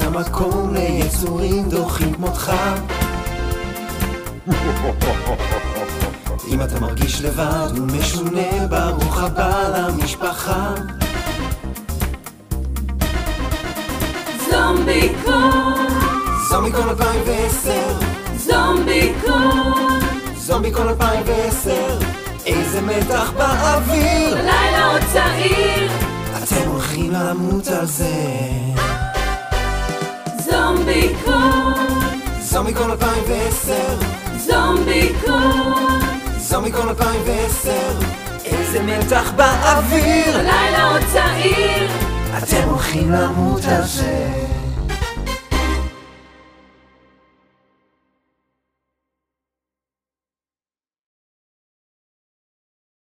המקום ליצורים דוחים כמותך. אם אתה מרגיש לבד ומשונה, ברוך הבא למשפחה. זומביקון, זומביקון 2010, זומביקון, זומביקון 2010, איזה מתח באוויר, בלילה עוד צעיר, אתם הולכים למות על זה. זומביקון, זומביקון 2010, זומביקון, זומביקון 2010, איזה מתח באוויר, בלילה עוד צעיר, אתם הולכים למות על זה.